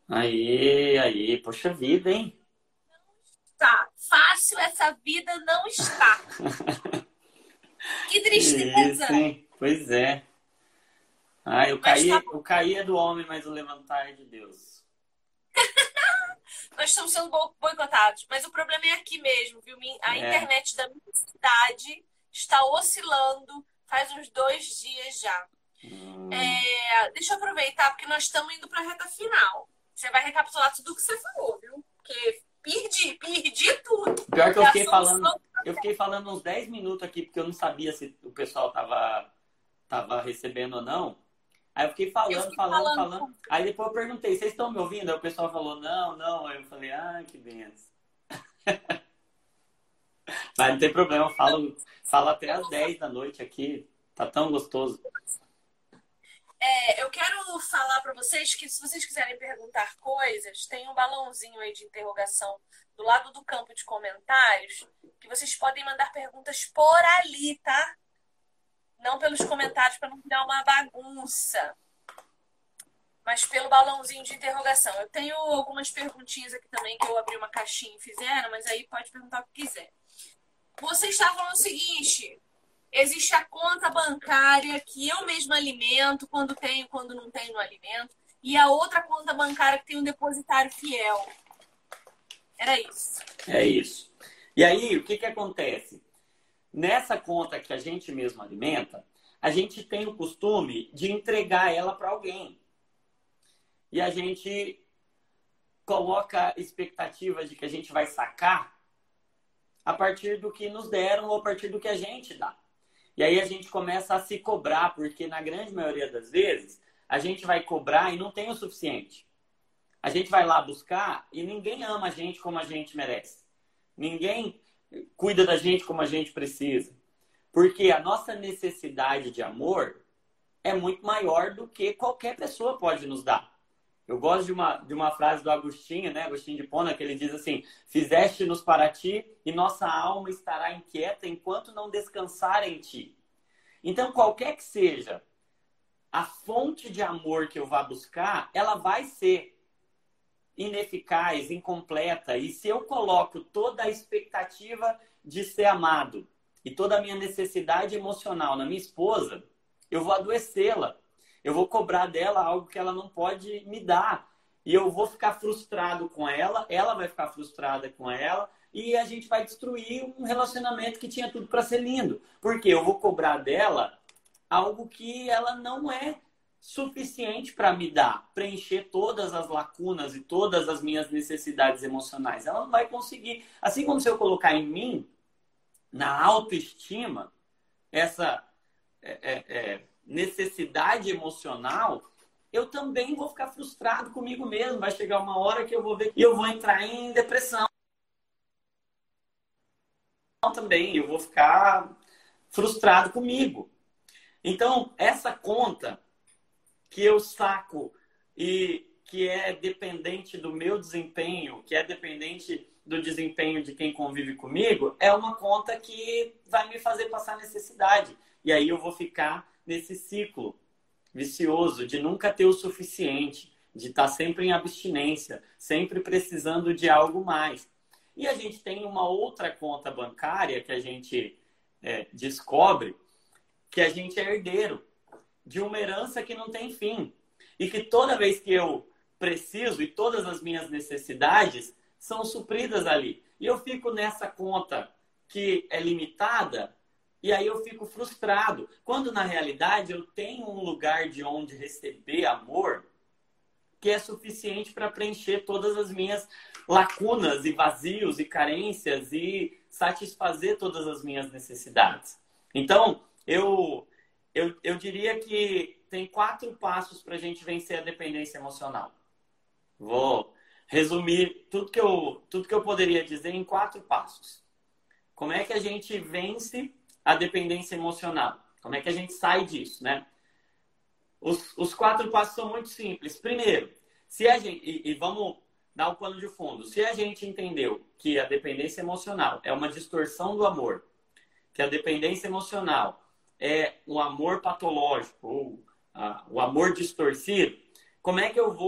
Aí, poxa vida, hein? Tá. Fácil essa vida não está. Que Que isso, tristeza! hein? Pois é. Ah, Mas tá bom. o cair é do homem, mas o levantar é de Deus. Nós estamos sendo boicotados. Mas o problema é aqui mesmo, viu? A É. internet da minha cidade está oscilando faz uns 2 dias já. Hum. Deixa eu aproveitar, porque nós estamos indo para a reta final. Você vai recapitular tudo o que você falou, viu? Porque perdi tudo. Pior que E a solução. eu fiquei falando uns 10 minutos aqui, porque eu não sabia se o pessoal tava recebendo ou não. Aí eu fiquei Eu falando, fiquei falando, falando. falando. Aí depois eu perguntei, vocês estão me ouvindo? Aí o pessoal falou, não, não. Aí eu falei, ah, que benção. Mas não tem problema, falo até às 10 da noite aqui. Tá tão gostoso. Eu quero falar para vocês que se vocês quiserem perguntar coisas, tem um balãozinho aí de interrogação do lado do campo de comentários que vocês podem mandar perguntas por ali, tá? Não pelos comentários para não virar uma bagunça, mas pelo balãozinho de interrogação. Eu tenho algumas perguntinhas aqui também que eu abri uma caixinha e fizeram, mas aí pode perguntar o que quiser. Você está falando o seguinte: existe a conta bancária que eu mesma alimento, quando tenho, quando não tenho no alimento, e a outra conta bancária que tem um depositário fiel. Era isso. É isso. E aí, o que que acontece? Nessa conta que a gente mesmo alimenta, a gente tem o costume de entregar ela para alguém. E a gente coloca expectativas de que a gente vai sacar a partir do que nos deram ou a partir do que a gente dá. E aí a gente começa a se cobrar, porque na grande maioria das vezes a gente vai cobrar e não tem o suficiente. A gente vai lá buscar e ninguém ama a gente como a gente merece. Ninguém cuida da gente como a gente precisa. Porque a nossa necessidade de amor é muito maior do que qualquer pessoa pode nos dar. Eu gosto de uma frase do Agostinho, né? Agostinho de Hipona, que ele diz assim: fizeste-nos para ti e nossa alma estará inquieta enquanto não descansar em ti. Então, qualquer que seja a fonte de amor que eu vá buscar, ela vai ser ineficaz, incompleta. E se eu coloco toda a expectativa de ser amado e toda a minha necessidade emocional na minha esposa, eu vou adoecê-la. Eu vou cobrar dela algo que ela não pode me dar. E eu vou ficar frustrado com ela vai ficar frustrada com ela, e a gente vai destruir um relacionamento que tinha tudo para ser lindo. Porque eu vou cobrar dela algo que ela não é suficiente para me dar, preencher todas as lacunas e todas as minhas necessidades emocionais. Ela não vai conseguir. Assim como se eu colocar em mim, na autoestima, essa necessidade emocional, eu também vou ficar frustrado comigo mesmo. Vai chegar uma hora que eu vou ver e eu vou entrar em depressão também. Eu vou ficar frustrado comigo. Então, essa conta que eu saco e que é dependente do meu desempenho, que é dependente do desempenho de quem convive comigo, é uma conta que vai me fazer passar necessidade. E aí eu vou ficar nesse ciclo vicioso de nunca ter o suficiente, de estar sempre em abstinência, sempre precisando de algo mais. E a gente tem uma outra conta bancária que a gente descobre que a gente é herdeiro de uma herança que não tem fim. E que toda vez que eu preciso e todas as minhas necessidades são supridas ali. E eu fico nessa conta que é limitada e aí eu fico frustrado. Quando na realidade eu tenho um lugar de onde receber amor que é suficiente para preencher todas as minhas lacunas e vazios e carências e satisfazer todas as minhas necessidades. Então, eu diria que tem 4 passos para a gente vencer a dependência emocional. Vou resumir tudo que eu poderia dizer em 4 passos. Como é que a gente vence a dependência emocional? Como é que a gente sai disso, né? Os 4 passos são muito simples. Primeiro, se a gente, e vamos dar o pano de fundo. Se a gente entendeu que a dependência emocional é uma distorção do amor, que a dependência emocional é um amor patológico, ou o amor distorcido, como é que eu vou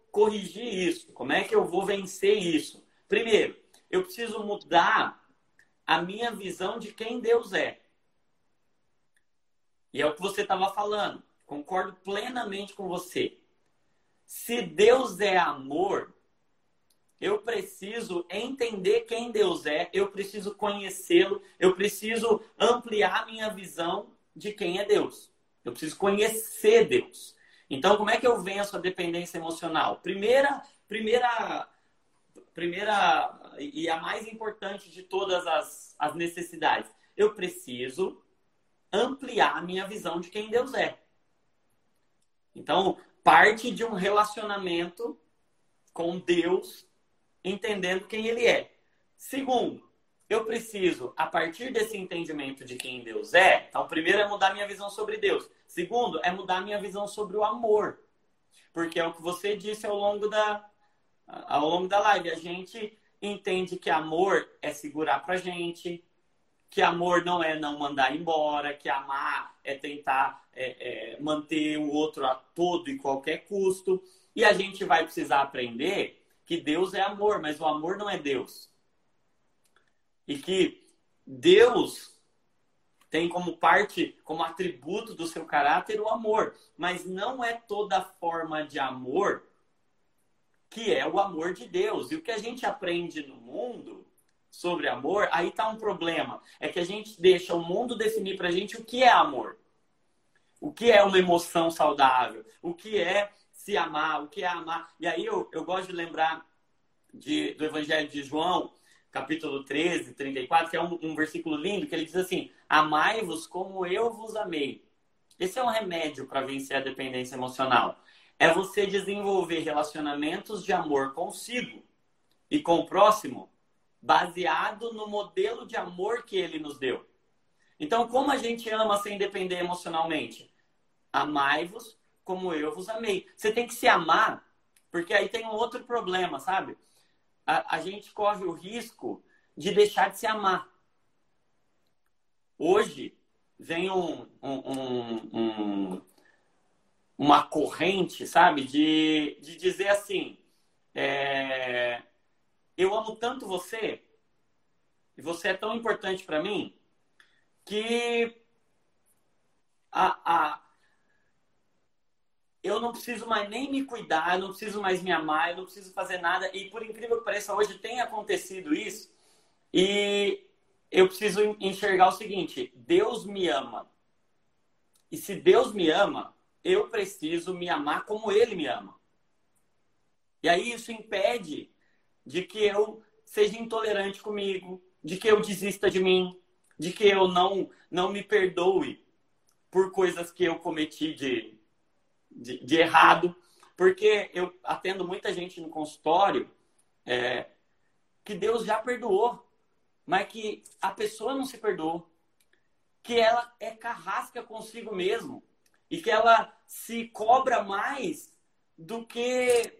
corrigir isso? Como é que eu vou vencer isso? Primeiro, eu preciso mudar a minha visão de quem Deus é. E é o que você estava falando. Concordo plenamente com você. Se Deus é amor, eu preciso entender quem Deus é, eu preciso conhecê-lo, eu preciso ampliar minha visão de quem é Deus. Eu preciso conhecer Deus. Então, como é que eu venço a dependência emocional? Primeira e a mais importante de todas as necessidades. Eu preciso ampliar a minha visão de quem Deus é. Então, parte de um relacionamento com Deus, entendendo quem Ele é. Segundo, eu preciso, a partir desse entendimento de quem Deus é, então, primeiro é mudar minha visão sobre Deus. Segundo, é mudar minha visão sobre o amor. Porque é o que você disse ao longo da live. A gente entende que amor é segurar pra gente, que amor não é não mandar embora, que amar é tentar manter o outro a todo e qualquer custo. E a gente vai precisar aprender que Deus é amor, mas o amor não é Deus. E que Deus tem como parte, como atributo do seu caráter o amor. Mas não é toda forma de amor que é o amor de Deus. E o que a gente aprende no mundo sobre amor, aí está um problema. É que a gente deixa o mundo definir pra gente o que é amor. O que é uma emoção saudável. O que é se amar, o que é amar. E aí eu gosto de lembrar do Evangelho de João, capítulo 13, 34, que é um versículo lindo, que ele diz assim: amai-vos como eu vos amei. Esse é um remédio para vencer a dependência emocional. É você desenvolver relacionamentos de amor consigo e com o próximo, baseado no modelo de amor que ele nos deu. Então, como a gente ama sem depender emocionalmente? Amai-vos como eu vos amei. Você tem que se amar, porque aí tem um outro problema, sabe? A gente corre o risco de deixar de se amar. Hoje, vem uma corrente, sabe? De dizer assim, eu amo tanto você, e você é tão importante para mim, que eu não preciso mais nem me cuidar, eu não preciso mais me amar, eu não preciso fazer nada. E por incrível que pareça, hoje tem acontecido isso. E eu preciso enxergar o seguinte: Deus me ama. E se Deus me ama, eu preciso me amar como Ele me ama. E aí isso impede de que eu seja intolerante comigo, de que eu desista de mim, de que eu não me perdoe por coisas que eu cometi de errado. Porque eu atendo muita gente no consultório que Deus já perdoou, mas que a pessoa não se perdoou. Que ela é carrasca consigo mesmo e que ela se cobra mais do que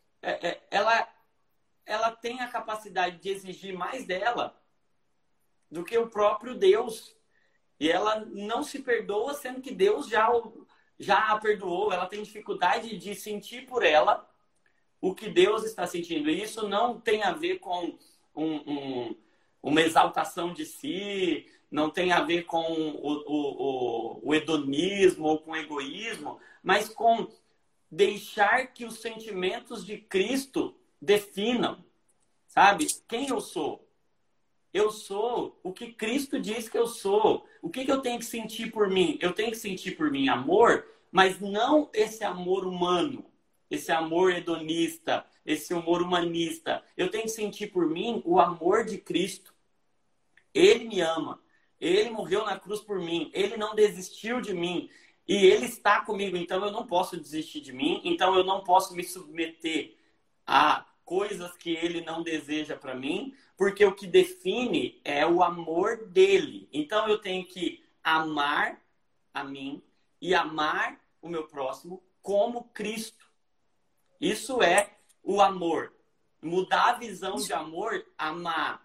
ela tem a capacidade de exigir mais dela do que o próprio Deus. E ela não se perdoa, sendo que Deus já a perdoou. Ela tem dificuldade de sentir por ela o que Deus está sentindo. E isso não tem a ver com uma exaltação de si, não tem a ver com o hedonismo ou com o egoísmo, mas com deixar que os sentimentos de Cristo definam, sabe? Quem eu sou? Eu sou o que Cristo diz que eu sou. O que eu tenho que sentir por mim? Eu tenho que sentir por mim amor, mas não esse amor humano, esse amor hedonista, esse amor humanista. Eu tenho que sentir por mim o amor de Cristo. Ele me ama. Ele morreu na cruz por mim. Ele não desistiu de mim. E Ele está comigo. Então eu não posso desistir de mim. Então eu não posso me submeter a coisas que Ele não deseja para mim. Porque o que define é o amor dele. Então eu tenho que amar a mim e amar o meu próximo como Cristo. Isso é o amor. Mudar a visão de amor, amar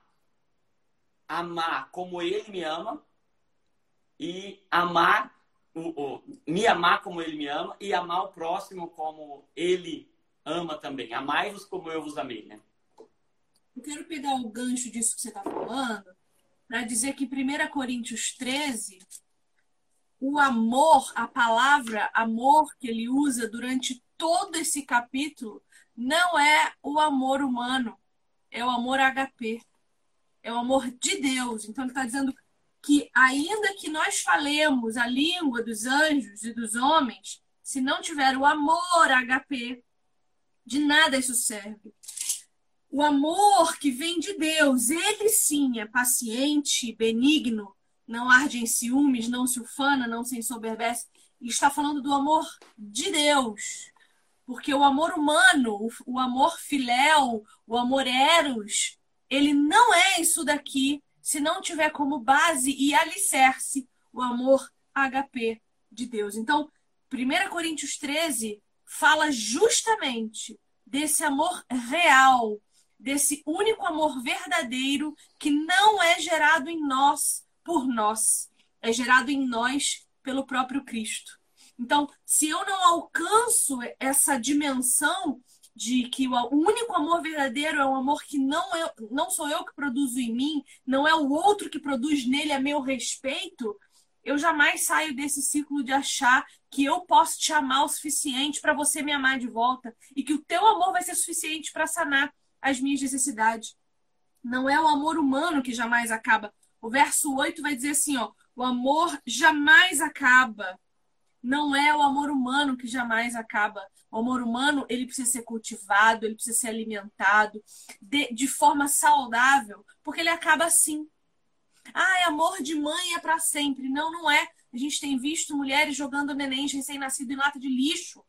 como Ele me ama e me amar como Ele me ama e amar o próximo como Ele ama também. Amai-vos como eu vos amei, né? Eu quero pegar o gancho disso que você está falando para dizer que em 1 Coríntios 13, o amor, a palavra amor que ele usa durante todo esse capítulo, não é o amor humano, é o amor HP, é o amor de Deus. Então ele está dizendo que ainda que nós falemos a língua dos anjos e dos homens, se não tiver o amor HP, de nada isso serve. O amor que vem de Deus, ele sim é paciente, benigno, não arde em ciúmes, não se ufana, não se ensoberbece. Ele está falando do amor de Deus. Porque o amor humano, o amor filéu, o amor eros, ele não é isso daqui se não tiver como base e alicerce o amor HP de Deus. Então, 1 Coríntios 13 fala justamente desse amor real, desse único amor verdadeiro que não é gerado em nós por nós, é gerado em nós pelo próprio Cristo. Então, se eu não alcanço essa dimensão de que o único amor verdadeiro é um amor que não sou eu que produzo em mim, não é o outro que produz nele a meu respeito, eu jamais saio desse ciclo de achar que eu posso te amar o suficiente para você me amar de volta e que o teu amor vai ser suficiente para sanar as minhas necessidades. Não é o amor humano que jamais acaba. O verso 8 vai dizer assim, ó, o amor jamais acaba. Não é o amor humano que jamais acaba. O amor humano, ele precisa ser cultivado, ele precisa ser alimentado de forma saudável, porque ele acaba assim. Ah, amor de mãe é para sempre. Não, não é. A gente tem visto mulheres jogando nenéns recém-nascidos em lata de lixo,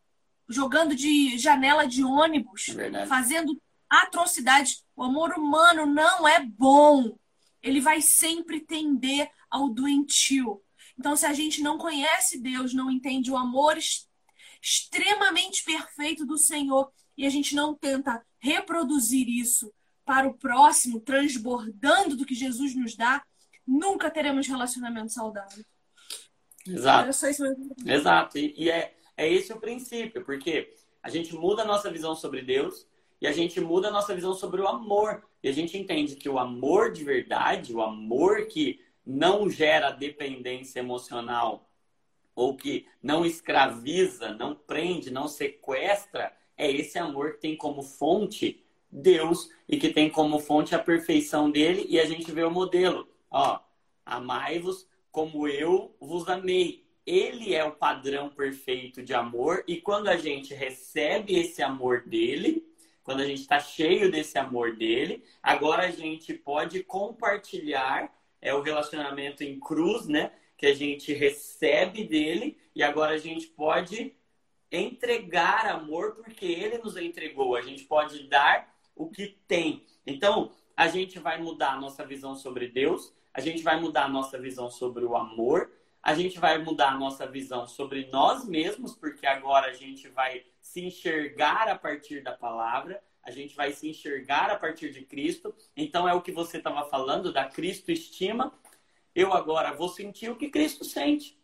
jogando de janela de ônibus, fazendo atrocidades. O amor humano não é bom. Ele vai sempre tender ao doentio. Então, se a gente não conhece Deus, não entende o amor extremamente perfeito do Senhor e a gente não tenta reproduzir isso para o próximo, transbordando do que Jesus nos dá, nunca teremos relacionamento saudável. Exato. Exato. E é esse o princípio, porque a gente muda a nossa visão sobre Deus e a gente muda a nossa visão sobre o amor. E a gente entende que o amor de verdade, o amor que não gera dependência emocional ou que não escraviza, não prende, não sequestra, é esse amor que tem como fonte Deus e que tem como fonte a perfeição dele. E a gente vê o modelo. Ó, amai-vos como eu vos amei. Ele é o padrão perfeito de amor e quando a gente recebe esse amor dele, quando a gente está cheio desse amor dele, agora a gente pode compartilhar, é o relacionamento em cruz, né? Que a gente recebe dele e agora a gente pode entregar amor porque ele nos entregou. A gente pode dar o que tem. Então, a gente vai mudar a nossa visão sobre Deus, a gente vai mudar a nossa visão sobre o amor, a gente vai mudar a nossa visão sobre nós mesmos, porque agora a gente vai se enxergar a partir da palavra, a gente vai se enxergar a partir de Cristo. Então é o que você estava falando da Cristo estima. Eu agora vou sentir o que Cristo sente.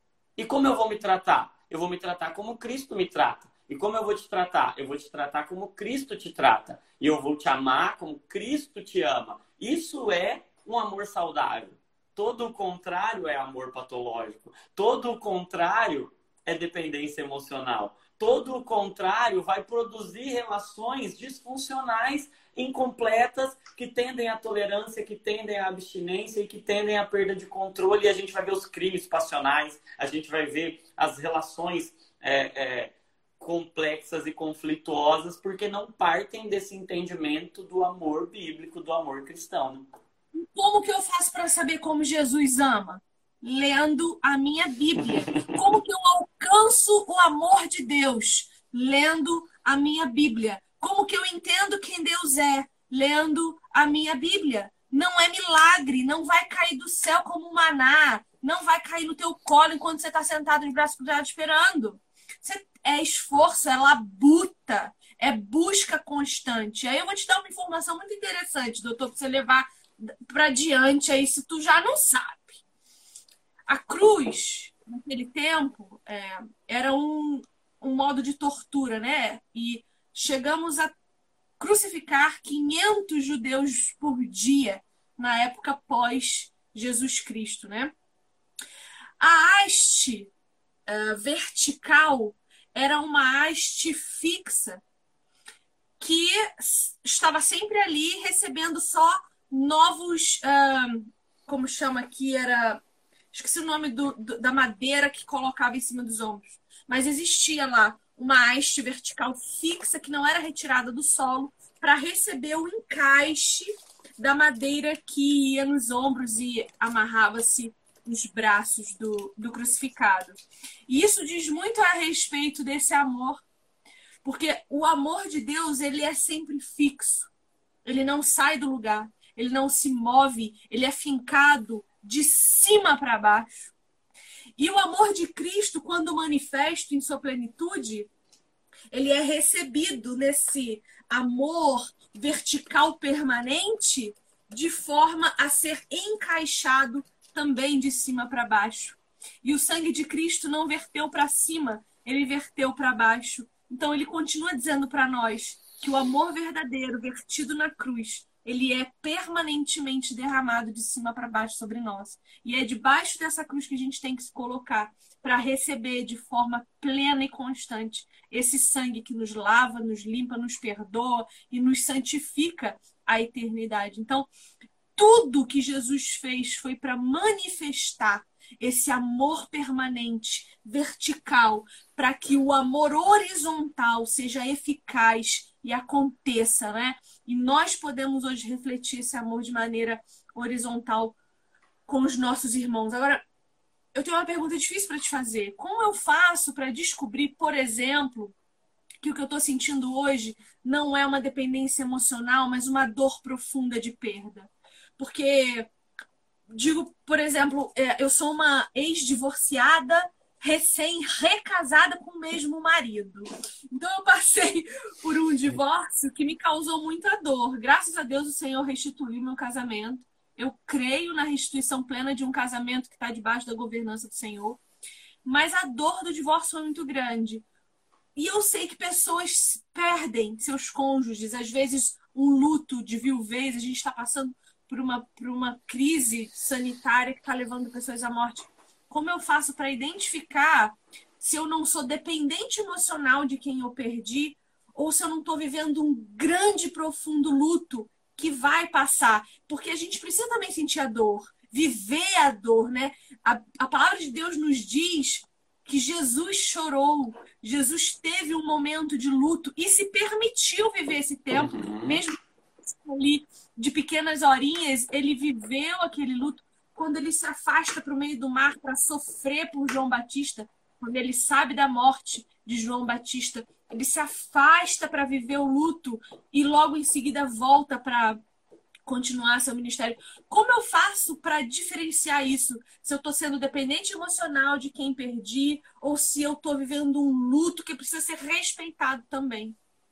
E como eu vou me tratar? Eu vou me tratar como Cristo me trata. E como eu vou te tratar? Eu vou te tratar como Cristo te trata. E eu vou te amar como Cristo te ama. Isso é um amor saudável. Todo o contrário é amor patológico. Todo o contrário é dependência emocional. Todo o contrário vai produzir relações disfuncionais, incompletas, que tendem à tolerância, que tendem à abstinência e que tendem à perda de controle. E a gente vai ver os crimes passionais, a gente vai ver as relações complexas e conflituosas, porque não partem desse entendimento do amor bíblico, do amor cristão. Né? Como que eu faço para saber como Jesus ama? Lendo a minha Bíblia. Como que eu alcanço o amor de Deus? Lendo a minha Bíblia. Como que eu entendo quem Deus é? Lendo a minha Bíblia. Não é milagre, não vai cair do céu como um maná, não vai cair no teu colo enquanto você está sentado de braço cruzado esperando. É esforço, é labuta, é busca constante. Aí eu vou te dar uma informação muito interessante, doutor, para você levar para diante aí se tu já não sabe. A cruz, naquele tempo, era um um modo de tortura, né? E chegamos a crucificar 500 judeus por dia na época pós Jesus Cristo, né? A haste vertical era uma haste fixa que estava sempre ali recebendo só novos, como chama aqui, esqueci o nome da madeira que colocava em cima dos ombros, mas existia lá uma haste vertical fixa que não era retirada do solo para receber o encaixe da madeira que ia nos ombros e amarrava-se nos braços do crucificado. E isso diz muito a respeito desse amor, porque o amor de Deus, ele é sempre fixo. Ele não sai do lugar, ele não se move, ele é fincado de cima para baixo. E o amor de Cristo, quando manifesto em sua plenitude, ele é recebido nesse amor vertical permanente de forma a ser encaixado também de cima para baixo. E o sangue de Cristo não verteu para cima, ele verteu para baixo. Então ele continua dizendo para nós que o amor verdadeiro vertido na cruz, ele é permanentemente derramado de cima para baixo sobre nós. E é debaixo dessa cruz que a gente tem que se colocar para receber de forma plena e constante esse sangue que nos lava, nos limpa, nos perdoa e nos santifica à eternidade. Então, tudo que Jesus fez foi para manifestar esse amor permanente, vertical, para que o amor horizontal seja eficaz e aconteça, né? E nós podemos hoje refletir esse amor de maneira horizontal com os nossos irmãos. Agora, eu tenho uma pergunta difícil para te fazer. Como eu faço para descobrir, por exemplo, que o que eu estou sentindo hoje não é uma dependência emocional, mas uma dor profunda de perda? Porque, digo, por exemplo, eu sou uma ex-divorciada, recém-recasada com o mesmo marido. Então, eu passei por um divórcio que me causou muita dor. Graças a Deus, o Senhor restituiu meu casamento. Eu creio na restituição plena de um casamento que está debaixo da governança do Senhor. Mas a dor do divórcio foi muito grande. E eu sei que pessoas perdem seus cônjuges. Às vezes, um luto de viuvez. A gente está passando por uma crise sanitária que está levando pessoas à morte. Como eu faço para identificar se eu não sou dependente emocional de quem eu perdi ou se eu não estou vivendo um grande, profundo luto que vai passar? Porque a gente precisa também sentir a dor, viver a dor, né? A palavra de Deus nos diz que Jesus chorou, Jesus teve um momento de luto e se permitiu viver esse tempo, mesmo ali de pequenas horinhas, ele viveu aquele luto. Quando ele se afasta para o meio do mar para sofrer por João Batista, quando ele sabe da morte de João Batista, ele se afasta para viver o luto e logo em seguida volta para continuar seu ministério. Como eu faço para diferenciar isso? Se eu estou sendo dependente emocional de quem perdi ou se eu estou vivendo um luto que precisa ser respeitado também?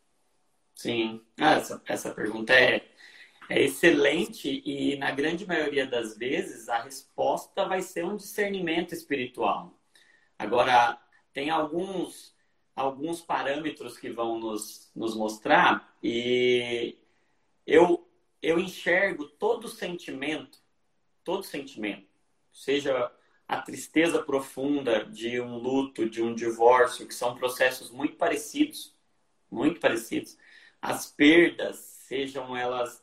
Sim, essa pergunta é excelente e na grande maioria das vezes a resposta vai ser um discernimento espiritual. Agora, tem alguns parâmetros que vão nos mostrar e eu enxergo todo sentimento, seja a tristeza profunda de um luto, de um divórcio, que são processos muito parecidos, as perdas, sejam elas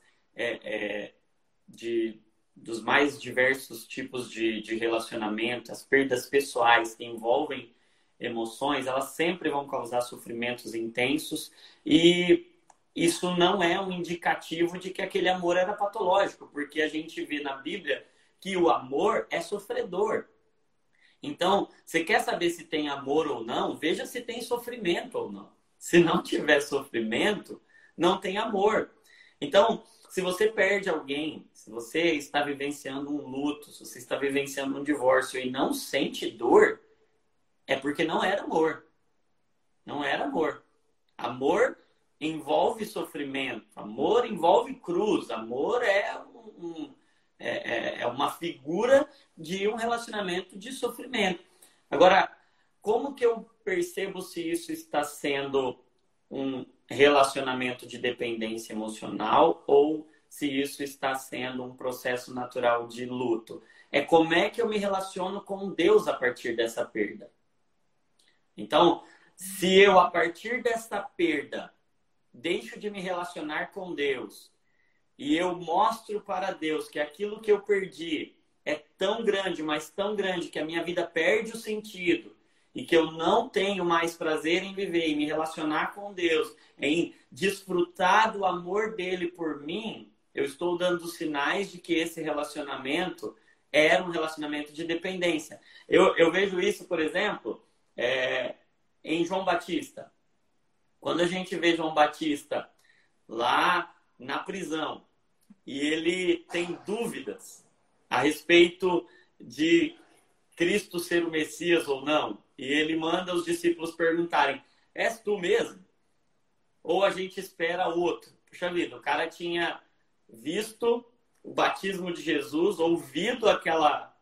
dos mais diversos tipos de relacionamento, as perdas pessoais que envolvem emoções, elas sempre vão causar sofrimentos intensos e isso não é um indicativo de que aquele amor era patológico, porque a gente vê na Bíblia que o amor é sofredor. Então, você quer saber se tem amor ou não? Veja se tem sofrimento ou não. Se não tiver sofrimento, não tem amor. Então, se você perde alguém, se você está vivenciando um luto, se você está vivenciando um divórcio e não sente dor, é porque não era amor. Não era amor. Amor envolve sofrimento. Amor envolve cruz. Amor é uma figura de um relacionamento de sofrimento. Agora, como que eu percebo se isso está sendo um relacionamento de dependência emocional ou se isso está sendo um processo natural de luto? É como é que eu me relaciono com Deus a partir dessa perda. Então, se eu, a partir dessa perda, deixo de me relacionar com Deus e eu mostro para Deus que aquilo que eu perdi é tão grande, mas tão grande, que a minha vida perde o sentido e que eu não tenho mais prazer em viver e me relacionar com Deus, em desfrutar do amor dele por mim, eu estou dando sinais de que esse relacionamento era um relacionamento de dependência. Eu vejo isso, por exemplo, em João Batista. Quando a gente vê João Batista lá na prisão e ele tem dúvidas a respeito de Cristo ser o Messias ou não, e ele manda os discípulos perguntarem: és tu mesmo? Ou a gente espera outro? Puxa vida, o cara tinha visto o batismo de Jesus, ouvido aquela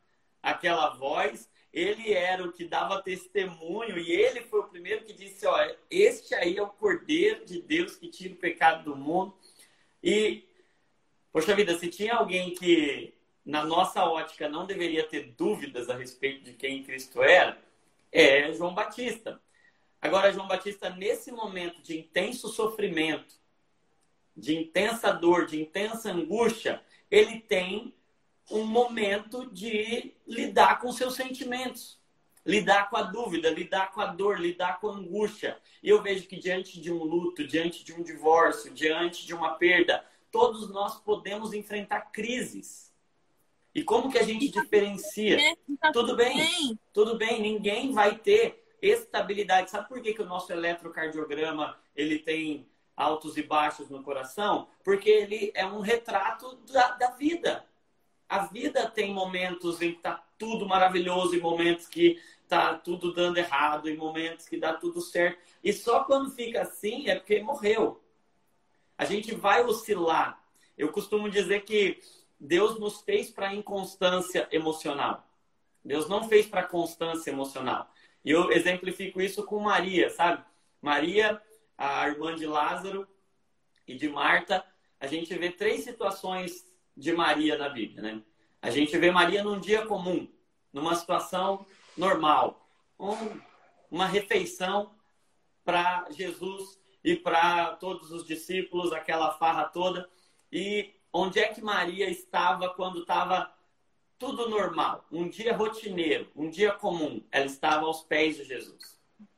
voz, ele era o que dava testemunho e ele foi o primeiro que disse: ó, este aí é o Cordeiro de Deus que tira o pecado do mundo. E, poxa vida, se tinha alguém que na nossa ótica não deveria ter dúvidas a respeito de quem Cristo era, é João Batista. Agora, João Batista, nesse momento de intenso sofrimento, de intensa dor, de intensa angústia, ele tem um momento de lidar com seus sentimentos, lidar com a dúvida, lidar com a dor, lidar com a angústia. E eu vejo que diante de um luto, diante de um divórcio, diante de uma perda, todos nós podemos enfrentar crises. E como que a gente diferencia? Tudo bem, ninguém vai ter estabilidade. Sabe por que o nosso eletrocardiograma ele tem altos e baixos no coração? Porque ele é um retrato da vida. A vida tem momentos em que está tudo maravilhoso, e momentos que está tudo dando errado, e momentos que dá tudo certo. E só quando fica assim é porque morreu. A gente vai oscilar. Eu costumo dizer que Deus nos fez para a inconstância emocional. Deus não fez para a constância emocional. E eu exemplifico isso com Maria, sabe? Maria, a irmã de Lázaro e de Marta, a gente vê 3 situações de Maria na Bíblia, né? A gente vê Maria num dia comum, numa situação normal, uma refeição para Jesus e para todos os discípulos, aquela farra toda. E onde é que Maria estava quando estava tudo normal? Um dia rotineiro, um dia comum. Ela estava aos pés de Jesus.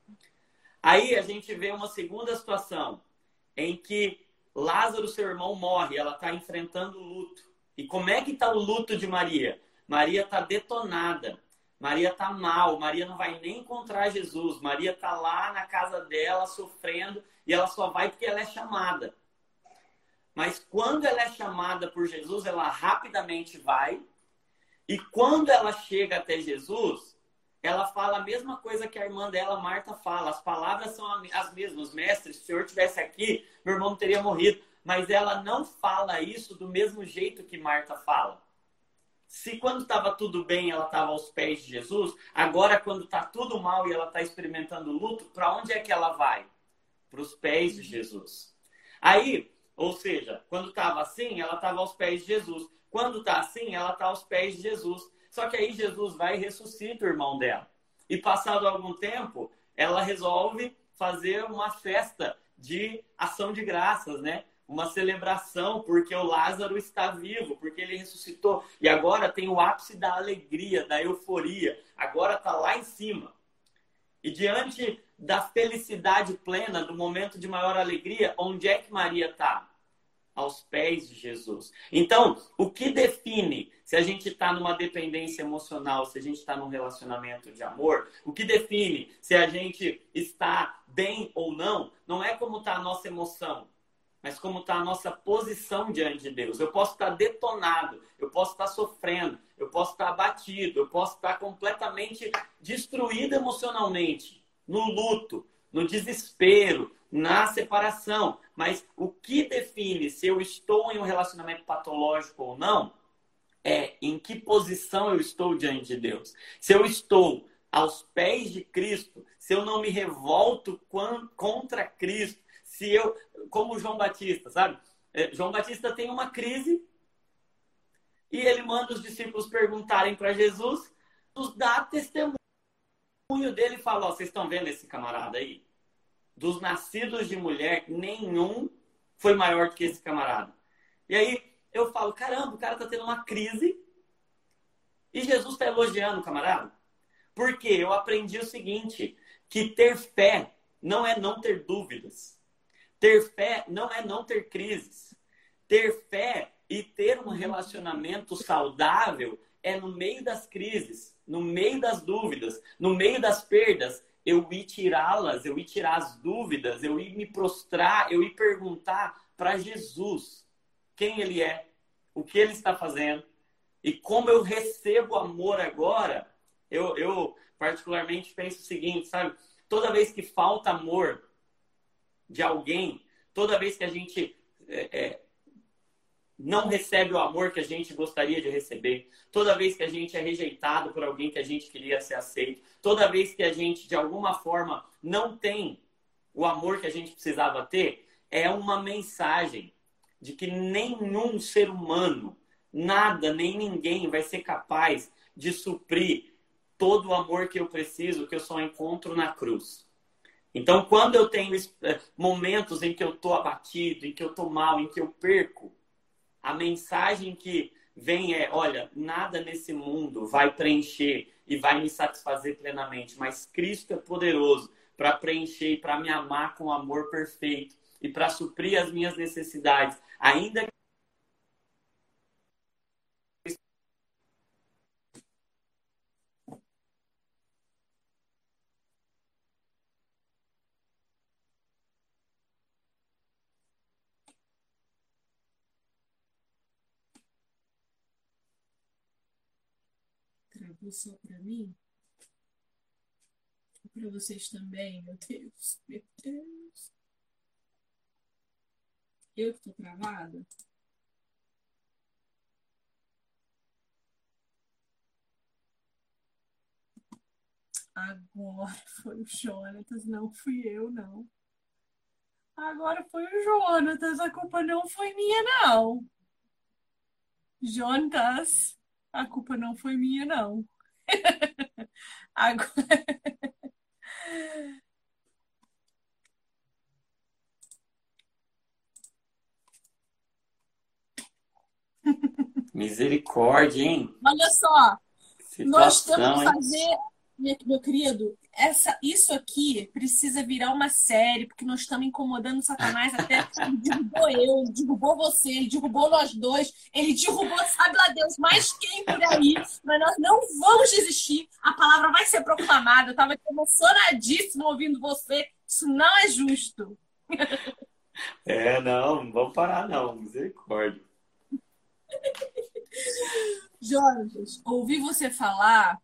Aí a gente vê uma segunda situação, em que Lázaro, seu irmão, morre. Ela está enfrentando o luto. E como é que está o luto de Maria? Maria está detonada. Maria está mal. Maria não vai nem encontrar Jesus. Maria está lá na casa dela, sofrendo. E ela só vai porque ela é chamada. Mas quando ela é chamada por Jesus, ela rapidamente vai. E quando ela chega até Jesus, ela fala a mesma coisa que a irmã dela, Marta, fala. As palavras são as mesmas. Mestre, se o senhor estivesse aqui, meu irmão não teria morrido. Mas ela não fala isso do mesmo jeito que Marta fala. Se quando estava tudo bem, ela estava aos pés de Jesus, agora quando está tudo mal e ela está experimentando luto, para onde é que ela vai? Para os pés de Jesus. Aí, ou seja, quando estava assim, ela estava aos pés de Jesus. Quando está assim, ela está aos pés de Jesus. Só que aí Jesus vai e ressuscita o irmão dela. E passado algum tempo, ela resolve fazer uma festa de ação de graças, né? Uma celebração, porque o Lázaro está vivo, porque ele ressuscitou. E agora tem o ápice da alegria, da euforia. Agora está lá em cima. E diante da felicidade plena, do momento de maior alegria, onde é que Maria está? Aos pés de Jesus. Então, o que define se a gente está numa dependência emocional, se a gente está num relacionamento de amor, o que define se a gente está bem ou não, não é como está a nossa emoção, mas como está a nossa posição diante de Deus. Eu posso estar detonado, eu posso estar sofrendo, eu posso estar abatido, eu posso estar completamente destruído emocionalmente, no luto, no desespero, na separação. Mas o que define se eu estou em um relacionamento patológico ou não é em que posição eu estou diante de Deus. Se eu estou aos pés de Cristo, se eu não me revolto contra Cristo, se eu, como João Batista, sabe? João Batista tem uma crise e ele manda os discípulos perguntarem para Jesus, nos dá testemunho dele e fala, ó, vocês estão vendo esse camarada aí? Dos nascidos de mulher, nenhum foi maior do que esse camarada. E aí eu falo, caramba, o cara tá tendo uma crise e Jesus está elogiando o camarada. Porque eu aprendi o seguinte, que ter fé não é não ter dúvidas. Ter fé não é não ter crises. Ter fé e ter um relacionamento saudável é no meio das crises, no meio das dúvidas, no meio das perdas, eu ir tirá-las, eu ir tirar as dúvidas, eu ir me prostrar, eu ir perguntar para Jesus quem Ele é, o que Ele está fazendo e como eu recebo amor agora. Eu particularmente penso o seguinte, sabe? Toda vez que falta amor de alguém, toda vez que a gente não recebe o amor que a gente gostaria de receber, toda vez que a gente é rejeitado por alguém que a gente queria ser aceito, toda vez que a gente, de alguma forma, não tem o amor que a gente precisava ter, é uma mensagem de que nenhum ser humano, nada, nem ninguém vai ser capaz de suprir todo o amor que eu preciso, que eu só encontro na cruz. Então, quando eu tenho momentos em que eu estou abatido, em que eu estou mal, em que eu perco, a mensagem que vem é, olha, nada nesse mundo vai preencher e vai me satisfazer plenamente, mas Cristo é poderoso para preencher e para me amar com amor perfeito e para suprir as minhas necessidades, ainda que travou só para mim? Para vocês também, meu Deus, meu Deus. Eu que tô travada? Agora foi o Jonatas, não fui eu, não. Agora foi o Jonatas, a culpa não foi minha, não. Jonatas, a culpa não foi minha, não. Agora... misericórdia, hein? Olha só, nós temos Situação, que hein? fazer, meu querido, isso aqui precisa virar uma série, porque nós estamos incomodando Satanás até ele derrubou eu, ele derrubou você, ele derrubou nós dois, ele derrubou, sabe lá Deus, mais quem por aí, mas nós não vamos desistir, a palavra vai ser proclamada, eu estava emocionadíssima ouvindo você, isso não é justo. Não vamos parar não, misericórdia. Jonas, ouvir você falar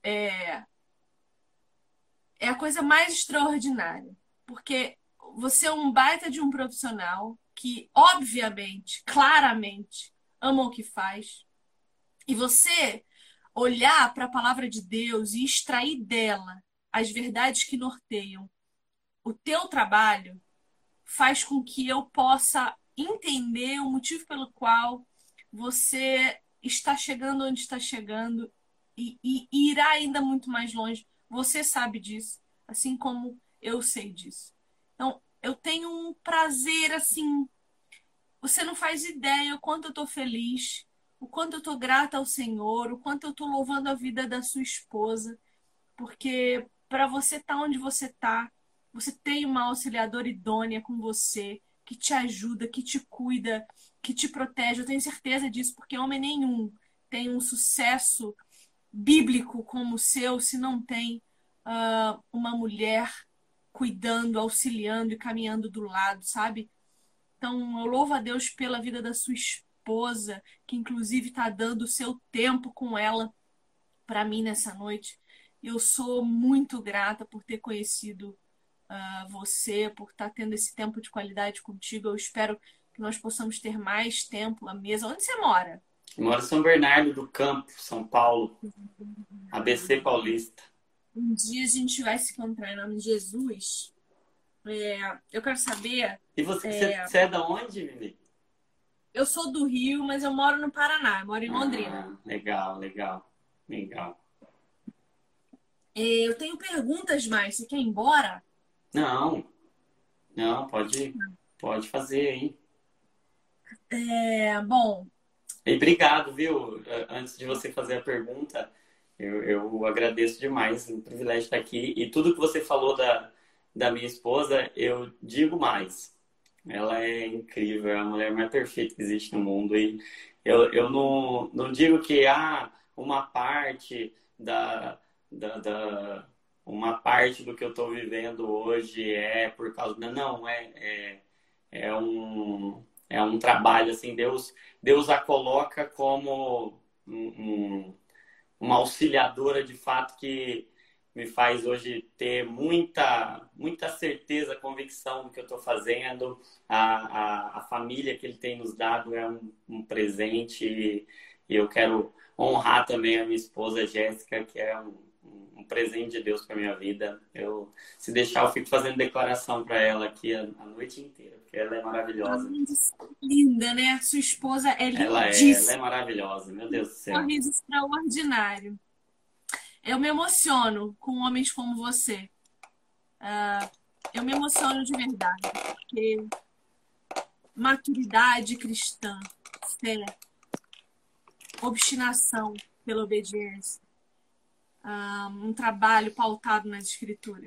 é a coisa mais extraordinária, porque você é um baita de um profissional que, obviamente, claramente, ama o que faz, e você olhar para a palavra de Deus e extrair dela as verdades que norteiam o teu trabalho faz com que eu possa entender o motivo pelo qual você está chegando onde está chegando e irá ainda muito mais longe. Você sabe disso, assim como eu sei disso. Então, eu tenho um prazer, assim, você não faz ideia o quanto eu estou feliz, o quanto eu estou grata ao Senhor, o quanto eu estou louvando a vida da sua esposa, porque para você estar onde você está, você tem uma auxiliadora idônea com você, que te ajuda, que te cuida, que te protege. Eu tenho certeza disso, porque homem nenhum tem um sucesso bíblico como o seu se não tem uma mulher cuidando, auxiliando e caminhando do lado, sabe? Então, eu louvo a Deus pela vida da sua esposa, que inclusive está dando o seu tempo com ela para mim nessa noite. Eu sou muito grata por ter conhecido você, por estar tendo esse tempo de qualidade contigo. Eu espero que nós possamos ter mais tempo à mesa. Onde você mora? Eu moro em São Bernardo do Campo, São Paulo, ABC Paulista. Um dia a gente vai se encontrar em nome de Jesus. Eu quero saber. E você é da onde, Vivi? Eu sou do Rio, mas eu moro no Paraná, eu moro em Londrina. Ah, legal, legal, legal. Eu tenho perguntas mais. Você quer ir embora? Não, não, pode fazer aí. Bom, E obrigado, viu? Antes de você fazer a pergunta, eu agradeço demais o privilégio de estar aqui. E tudo que você falou da minha esposa, eu digo mais. Ela é incrível, é a mulher mais perfeita que existe no mundo. E eu não digo que uma parte uma parte do que eu estou vivendo hoje é por causa. Não, é um trabalho assim, Deus a coloca como uma auxiliadora de fato que me faz hoje ter muita certeza, convicção do que eu estou fazendo. A família que ele tem nos dado é um presente e eu quero honrar também a minha esposa Jéssica, que é um presente de Deus para minha vida. Se deixar, eu fico fazendo declaração para ela aqui a noite inteira, porque ela é maravilhosa. linda, né? Sua esposa é Ela lindíssima. é maravilhosa, meu Deus do céu. Sorriso extraordinário. Eu me emociono com homens como você. Eu me emociono de verdade, porque maturidade cristã, fé, obstinação pela obediência, um trabalho pautado nas escrituras.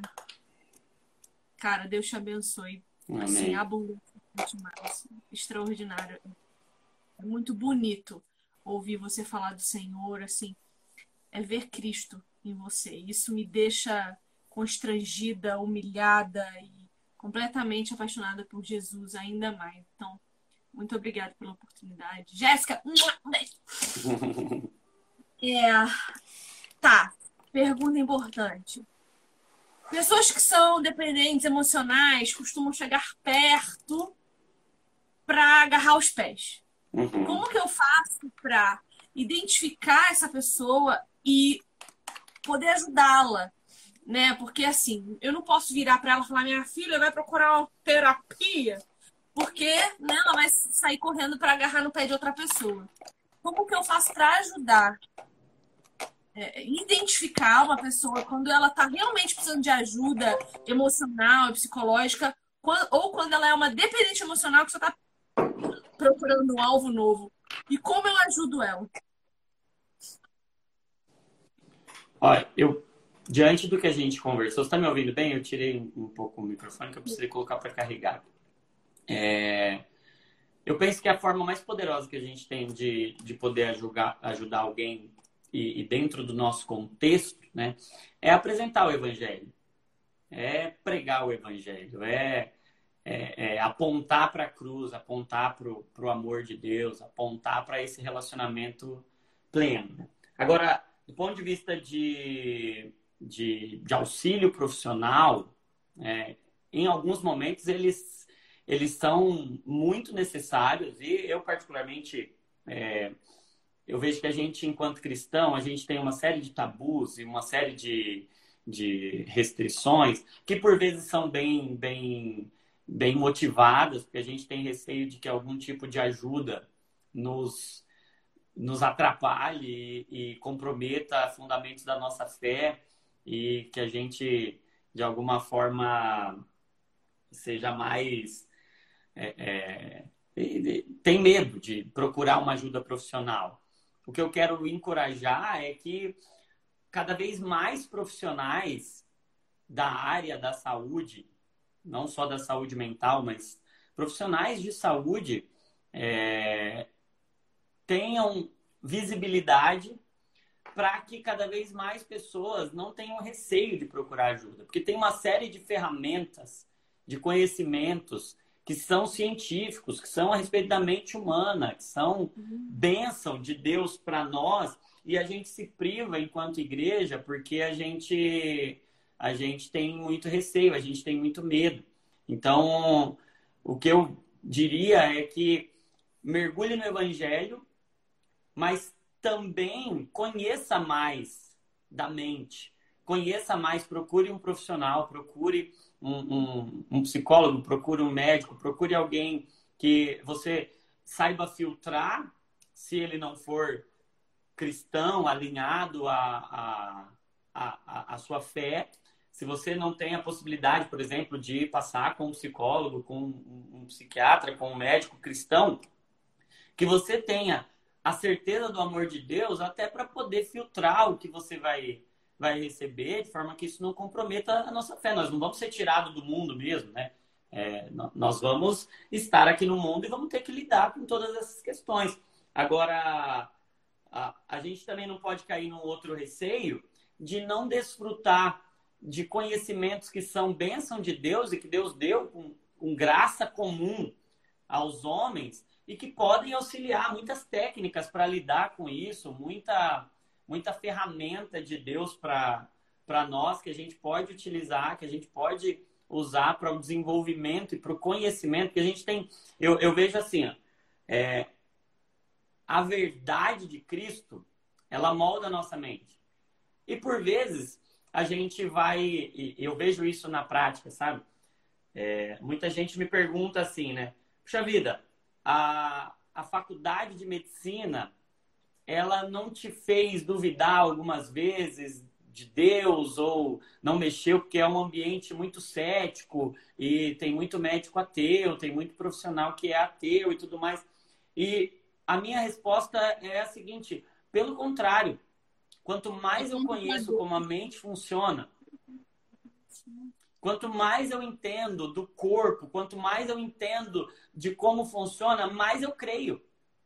Cara, Deus te abençoe. Assim, Amém. abundantemente mais. Extraordinário. É muito bonito ouvir você falar do Senhor, assim, é ver Cristo em você. Isso me deixa constrangida, humilhada e completamente apaixonada por Jesus ainda mais. Então, muito obrigada pela oportunidade. Jéssica, um beijo. Tá, pergunta importante. Pessoas que são dependentes emocionais costumam chegar perto para agarrar os pés. Uhum. Como que eu faço para identificar essa pessoa e poder ajudá-la, né? Porque assim, eu não posso virar para ela e falar: minha filha vai procurar uma terapia, porque, né, ela vai sair correndo para agarrar no pé de outra pessoa. Como que eu faço para ajudar? Identificar uma pessoa quando ela está realmente precisando de ajuda emocional e psicológica, ou quando ela é uma dependente emocional que só está procurando um alvo novo. E como eu ajudo ela? Olha, diante do que a gente conversou, você está me ouvindo bem? Eu tirei um pouco o microfone que eu precisei colocar para carregar. Eu penso que a forma mais poderosa que a gente tem de poder ajudar alguém e dentro do nosso contexto, né, é apresentar o evangelho, é pregar o evangelho, apontar para a cruz, apontar para o amor de Deus, apontar para esse relacionamento pleno. Agora, do ponto de vista de auxílio profissional, em alguns momentos eles são muito necessários e eu particularmente eu vejo que a gente, enquanto cristão, a gente tem uma série de tabus e uma série de restrições que por vezes são bem motivadas, porque a gente tem receio de que algum tipo de ajuda nos atrapalhe e comprometa fundamentos da nossa fé e que a gente, de alguma forma, seja mais... tem medo de procurar uma ajuda profissional. O que eu quero encorajar é que cada vez mais profissionais da área da saúde, não só da saúde mental, mas profissionais de saúde tenham visibilidade para que cada vez mais pessoas não tenham receio de procurar ajuda. Porque tem uma série de ferramentas, de conhecimentos que são científicos, que são a respeito da mente humana, que são bênção de Deus para nós, e a gente se priva enquanto igreja porque a gente tem muito receio, a gente tem muito medo. Então, o que eu diria é que mergulhe no evangelho, mas também conheça mais da mente, conheça mais, procure um profissional, procure um psicólogo, procure um médico, procure alguém que você saiba filtrar se ele não for cristão, alinhado à sua fé. Se você não tem a possibilidade, por exemplo, de passar com um psicólogo, com um psiquiatra, com um médico cristão, que você tenha a certeza do amor de Deus até para poder filtrar o que você vai receber, de forma que isso não comprometa a nossa fé. Nós não vamos ser tirados do mundo mesmo, né? Nós vamos estar aqui no mundo e vamos ter que lidar com todas essas questões. Agora, a gente também não pode cair num outro receio de não desfrutar de conhecimentos que são bênção de Deus e que Deus deu com graça comum aos homens e que podem auxiliar muitas técnicas para lidar com isso, muita ferramenta de Deus para nós que a gente pode utilizar, que a gente pode usar para o desenvolvimento e para o conhecimento que a gente tem. Eu vejo assim, ó, a verdade de Cristo, ela molda a nossa mente. E por vezes a gente vai, eu vejo isso na prática, sabe? Muita gente me pergunta assim, né? Puxa vida, a faculdade de medicina, ela não te fez duvidar algumas vezes de Deus ou não mexeu porque é um ambiente muito cético e tem muito médico ateu, tem muito profissional que é ateu e tudo mais. E a minha resposta é a seguinte, pelo contrário, quanto mais eu conheço como a mente funciona, quanto mais eu entendo do corpo, quanto mais eu entendo de como funciona, mais eu creio.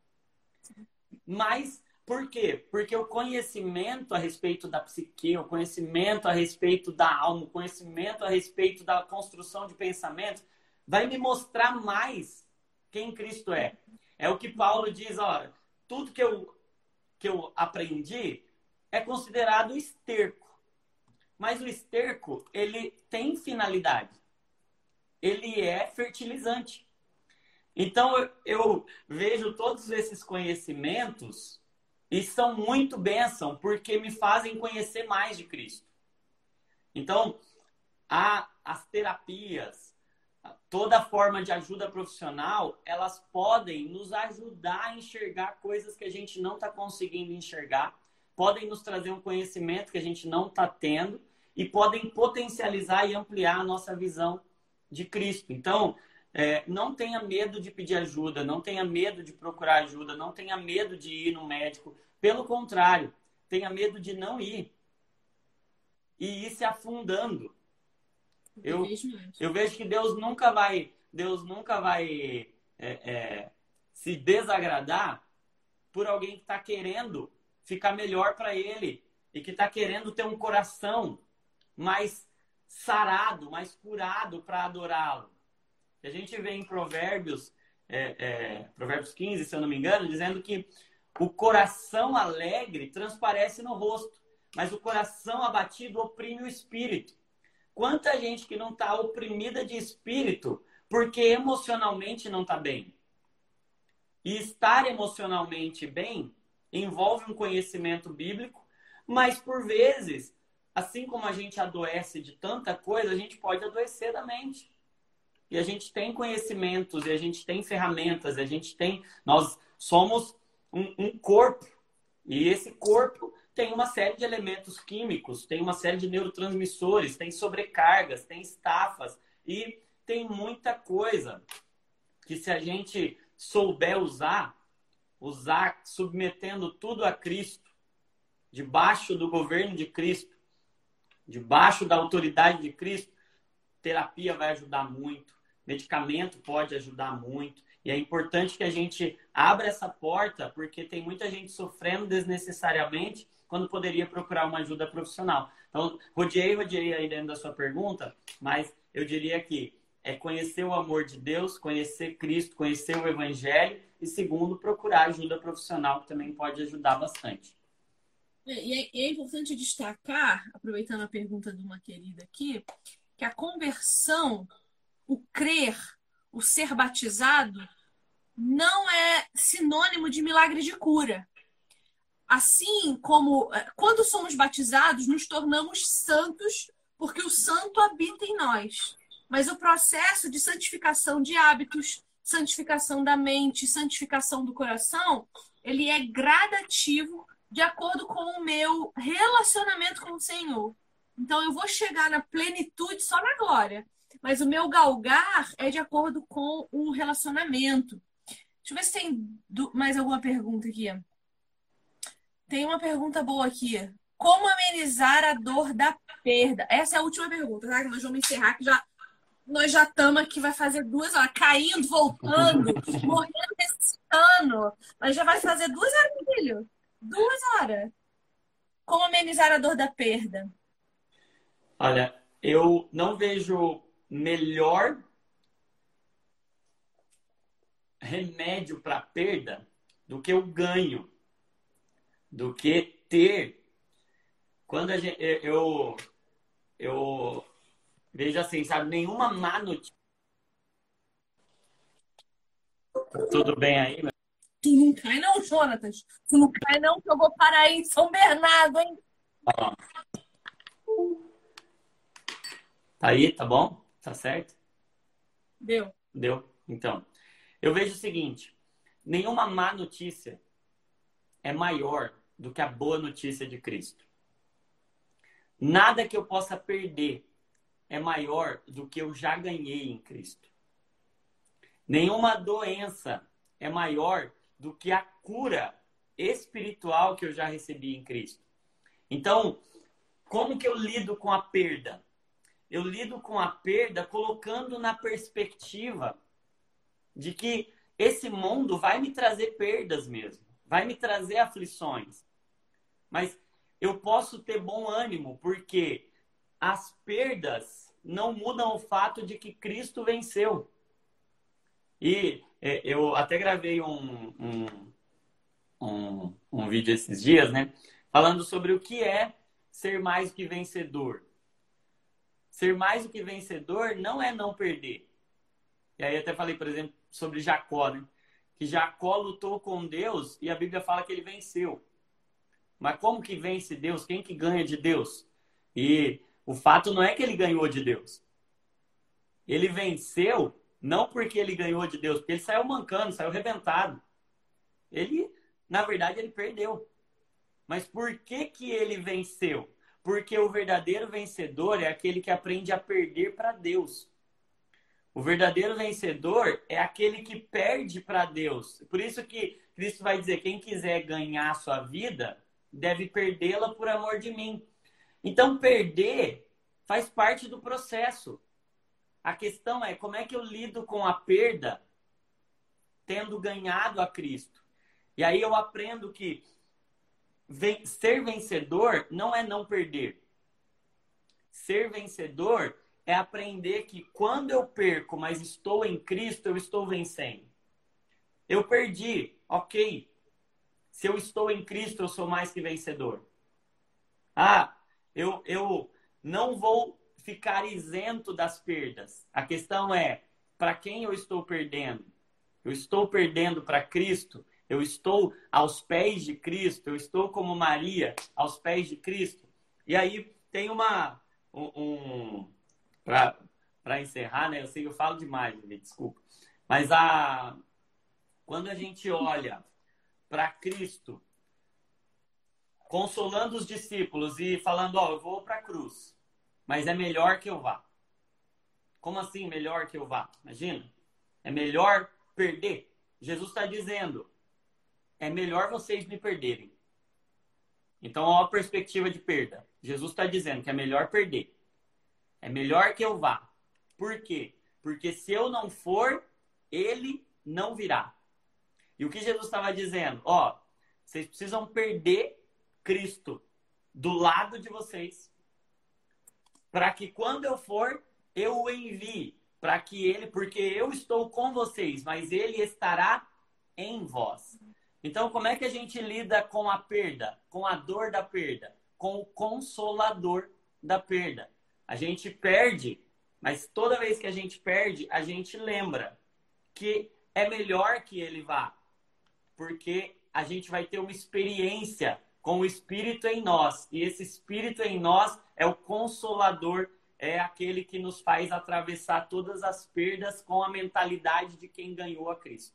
Mas por quê? Porque o conhecimento a respeito da psique, o conhecimento a respeito da alma, o conhecimento a respeito da construção de pensamentos vai me mostrar mais quem Cristo é. É o que Paulo diz, olha, tudo que eu aprendi é considerado esterco. Mas o esterco, ele tem finalidade. Ele é fertilizante. Então, eu vejo todos esses conhecimentos e são muito bênção, porque me fazem conhecer mais de Cristo. Então, as terapias, toda forma de ajuda profissional, elas podem nos ajudar a enxergar coisas que a gente não está conseguindo enxergar, podem nos trazer um conhecimento que a gente não está tendo e podem potencializar e ampliar a nossa visão de Cristo. Então, não tenha medo de pedir ajuda, não tenha medo de procurar ajuda, não tenha medo de ir no médico. Pelo contrário, tenha medo de não ir e ir se afundando. Eu vejo que Deus nunca vai se desagradar por alguém que está querendo ficar melhor para ele e que está querendo ter um coração mais sarado, mais curado para adorá-lo. A gente vê em Provérbios, Provérbios 15, se eu não me engano, dizendo que o coração alegre transparece no rosto, mas o coração abatido oprime o espírito. Quanta gente que não está oprimida de espírito porque emocionalmente não está bem. E estar emocionalmente bem envolve um conhecimento bíblico, mas por vezes, assim como a gente adoece de tanta coisa, a gente pode adoecer da mente. E a gente tem conhecimentos, e a gente tem ferramentas, nós somos um corpo. E esse corpo tem uma série de elementos químicos, tem uma série de neurotransmissores, tem sobrecargas, tem estafas e tem muita coisa que se a gente souber usar submetendo tudo a Cristo, debaixo do governo de Cristo, debaixo da autoridade de Cristo, terapia vai ajudar muito, medicamento pode ajudar muito. E é importante que a gente abra essa porta, porque tem muita gente sofrendo desnecessariamente quando poderia procurar uma ajuda profissional. Então, rodeei aí dentro da sua pergunta, mas eu diria que é conhecer o amor de Deus, conhecer Cristo, conhecer o Evangelho e, segundo, procurar ajuda profissional, que também pode ajudar bastante. E é importante destacar, aproveitando a pergunta de uma querida aqui, que a conversão, o crer, o ser batizado, não é sinônimo de milagre de cura. Assim como quando somos batizados, nos tornamos santos, porque o santo habita em nós. Mas o processo de santificação de hábitos, santificação da mente, santificação do coração, ele é gradativo de acordo com o meu relacionamento com o Senhor. Então eu vou chegar na plenitude só na glória. Mas o meu galgar é de acordo com o relacionamento. Deixa eu ver se tem mais alguma pergunta aqui. Tem uma pergunta boa aqui. Como amenizar a dor da perda? Essa é a última pergunta, tá? Que nós vamos encerrar, que nós já estamos aqui, vai fazer 2 horas, caindo, voltando, morrendo, ressuscitando. Mas já vai fazer 2 horas, filho. 2 horas. Como amenizar a dor da perda? Olha, eu não vejo melhor remédio para perda do que o ganho, do que ter. Quando eu vejo assim, sabe, nenhuma má notícia. Tudo bem aí? Tu não cai não, Jonatas. Tu não cai não, que eu vou parar aí em São Bernardo, hein? Tá aí, tá bom? Tá certo? Deu. Deu? Então, eu vejo o seguinte, nenhuma má notícia é maior do que a boa notícia de Cristo. Nada que eu possa perder é maior do que eu já ganhei em Cristo. Nenhuma doença é maior do que a cura espiritual que eu já recebi em Cristo. Então, como que eu lido com a perda? Eu lido com a perda colocando na perspectiva de que esse mundo vai me trazer perdas mesmo, vai me trazer aflições. Mas eu posso ter bom ânimo, porque as perdas não mudam o fato de que Cristo venceu. E eu até gravei um vídeo esses dias, né? Falando sobre o que é ser mais do que vencedor. Ser mais do que vencedor não é não perder. E aí até falei, por exemplo, sobre Jacó, né? Que Jacó lutou com Deus e a Bíblia fala que ele venceu. Mas como que vence Deus? Quem que ganha de Deus? E o fato não é que ele ganhou de Deus. Ele venceu não porque ele ganhou de Deus, porque ele saiu mancando, saiu arrebentado. Ele, na verdade, ele perdeu. Mas por que que ele venceu? Porque o verdadeiro vencedor é aquele que aprende a perder para Deus. O verdadeiro vencedor é aquele que perde para Deus. Por isso que Cristo vai dizer, quem quiser ganhar a sua vida, deve perdê-la por amor de mim. Então, perder faz parte do processo. A questão é como é que eu lido com a perda tendo ganhado a Cristo. E aí eu aprendo que ser vencedor não é não perder. Ser vencedor é aprender que quando eu perco, mas estou em Cristo, eu estou vencendo. Eu perdi, ok. Se eu estou em Cristo, eu sou mais que vencedor. Eu não vou ficar isento das perdas. A questão é, para quem eu estou perdendo? Eu estou perdendo para Cristo? Eu estou aos pés de Cristo? Eu estou como Maria, aos pés de Cristo? E aí tem para encerrar, né? Eu sei que eu falo demais, me desculpa. Mas quando a gente olha para Cristo, consolando os discípulos e falando, eu vou para a cruz, mas é melhor que eu vá. Como assim melhor que eu vá? Imagina, é melhor perder. Jesus está dizendo, é melhor vocês me perderem. Então, olha a perspectiva de perda. Jesus está dizendo que é melhor perder. É melhor que eu vá. Por quê? Porque se eu não for, ele não virá. E o que Jesus estava dizendo? Vocês precisam perder Cristo do lado de vocês, para que quando eu for, eu o envie, para que ele, porque eu estou com vocês, mas ele estará em vós. Então, como é que a gente lida com a perda, com a dor da perda, com o consolador da perda? A gente perde, mas toda vez que a gente perde, a gente lembra que é melhor que ele vá, porque a gente vai ter uma experiência com o Espírito em nós. E esse Espírito em nós é o Consolador, é aquele que nos faz atravessar todas as perdas com a mentalidade de quem ganhou a Cristo.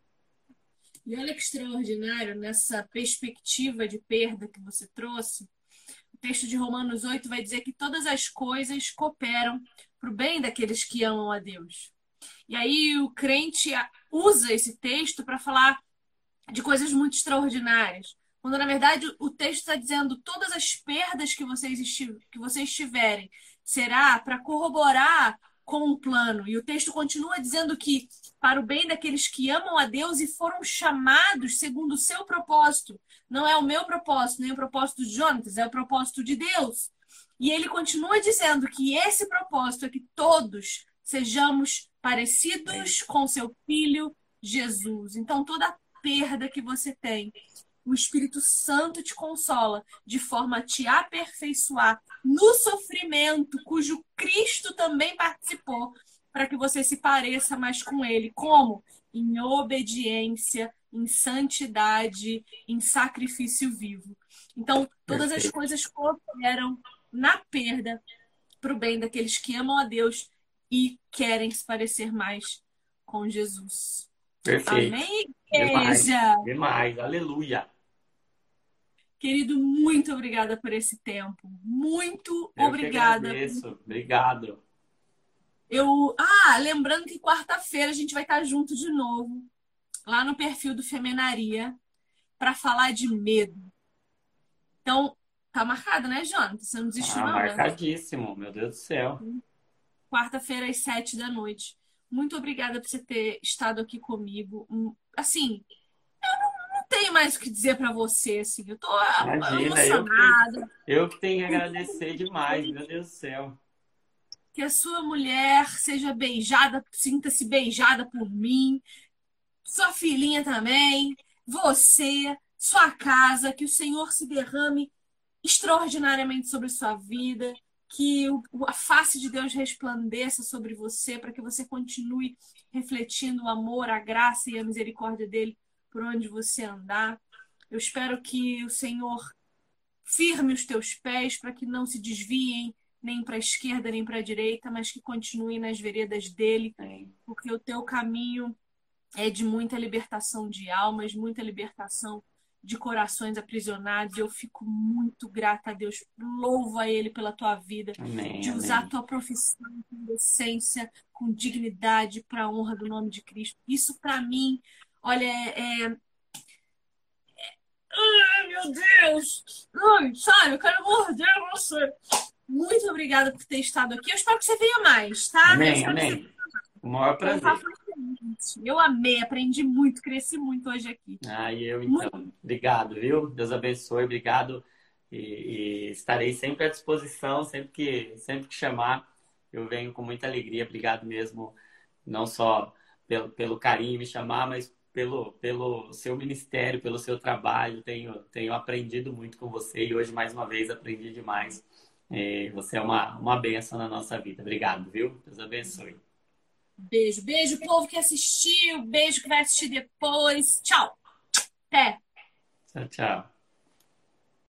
E olha que extraordinário, nessa perspectiva de perda que você trouxe, o texto de Romanos 8 vai dizer que todas as coisas cooperam para o bem daqueles que amam a Deus. E aí o crente usa esse texto para falar de coisas muito extraordinárias. Quando, na verdade, o texto está dizendo todas as perdas que vocês tiverem será para corroborar com o plano. E o texto continua dizendo que para o bem daqueles que amam a Deus e foram chamados segundo o seu propósito. Não é o meu propósito, nem o propósito de Jonatas, é o propósito de Deus. E ele continua dizendo que esse propósito é que todos sejamos parecidos com seu Filho Jesus. Então, toda perda que você tem, o Espírito Santo te consola de forma a te aperfeiçoar no sofrimento, cujo Cristo também participou, para que você se pareça mais com Ele. Como? Em obediência, em santidade, em sacrifício vivo. Então, todas as coisas cooperam na perda para o bem daqueles que amam a Deus e querem se parecer mais com Jesus. Perfeito. Amém, Demais, igreja? demais. Aleluia. Querido, muito obrigada por esse tempo. Muito Eu obrigada. que agradeço. Obrigado. Lembrando que quarta-feira a gente vai estar junto de novo, lá no perfil do Femenaria, para falar de medo. Então, tá marcado, né, Jonathan? Você não desistiu, não, né? Marcadíssimo, meu Deus do céu. Quarta-feira, às 7 da noite. Muito obrigada por você ter estado aqui comigo. Assim, não tenho mais o que dizer para você, assim. Eu tô Imagina, emocionada. eu que tenho que agradecer demais, meu Deus do céu. Que a sua mulher seja beijada, sinta-se beijada por mim, sua filhinha também, você, sua casa, que o Senhor se derrame extraordinariamente sobre sua vida, que a face de Deus resplandeça sobre você, para que você continue refletindo o amor, a graça e a misericórdia dele por onde você andar. Eu espero que o Senhor firme os teus pés para que não se desviem nem para a esquerda nem para a direita, mas que continuem nas veredas dele, porque o teu caminho é de muita libertação de almas, muita libertação de corações aprisionados. Eu fico muito grata a Deus, louvo a Ele pela tua vida, Amém, de usar amém. a tua profissão com decência, com dignidade, para a honra do nome de Cristo. Isso para mim, olha, Ai, meu Deus! Ai, sabe, eu quero morder você. Muito obrigada por ter estado aqui. Eu espero que você venha mais, tá? Amém, amém. O maior Foi um prazer. papo excelente. Eu amei, aprendi muito, cresci muito hoje aqui. E eu então. Obrigado, viu? Deus abençoe, obrigado. E estarei sempre à disposição, sempre que chamar, eu venho com muita alegria. Obrigado mesmo, não só pelo carinho em me chamar, mas pelo seu ministério, pelo seu trabalho. Tenho aprendido muito com você e hoje, mais uma vez, aprendi demais. Você é uma bênção na nossa vida. Obrigado, viu? Deus abençoe. Beijo, beijo, povo que assistiu, beijo que vai assistir depois. Tchau. Até. Tchau, tchau.